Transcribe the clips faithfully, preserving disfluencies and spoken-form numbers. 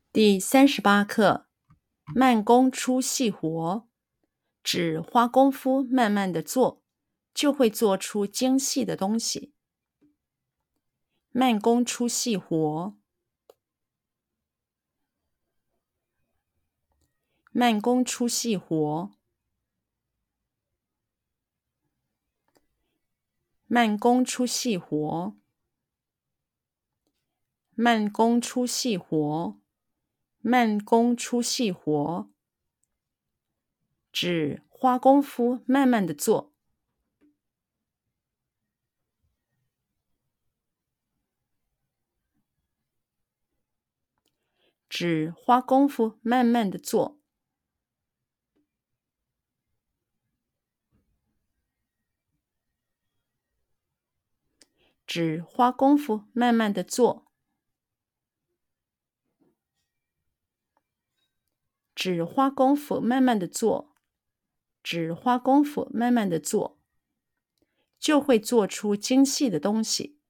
第三十八课，慢工出细活，指花功夫慢慢的做，就会做出精细的东西。慢工出细活，慢工出细活，慢工出细活，慢工出细活，慢工出细活，指花功夫慢慢的做。指花功夫慢慢的做。指花功夫慢慢的做。指花功夫慢慢的做。指花功夫慢慢的做，就会做出精细的东西。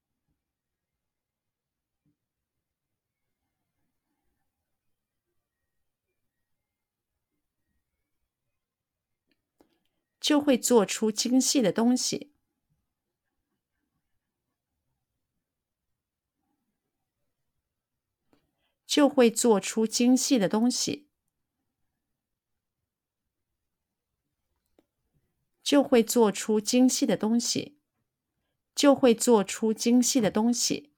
就会做出精细的东西。就会做出精细的东西。就会做出精细的东西。就会做出精细的东西。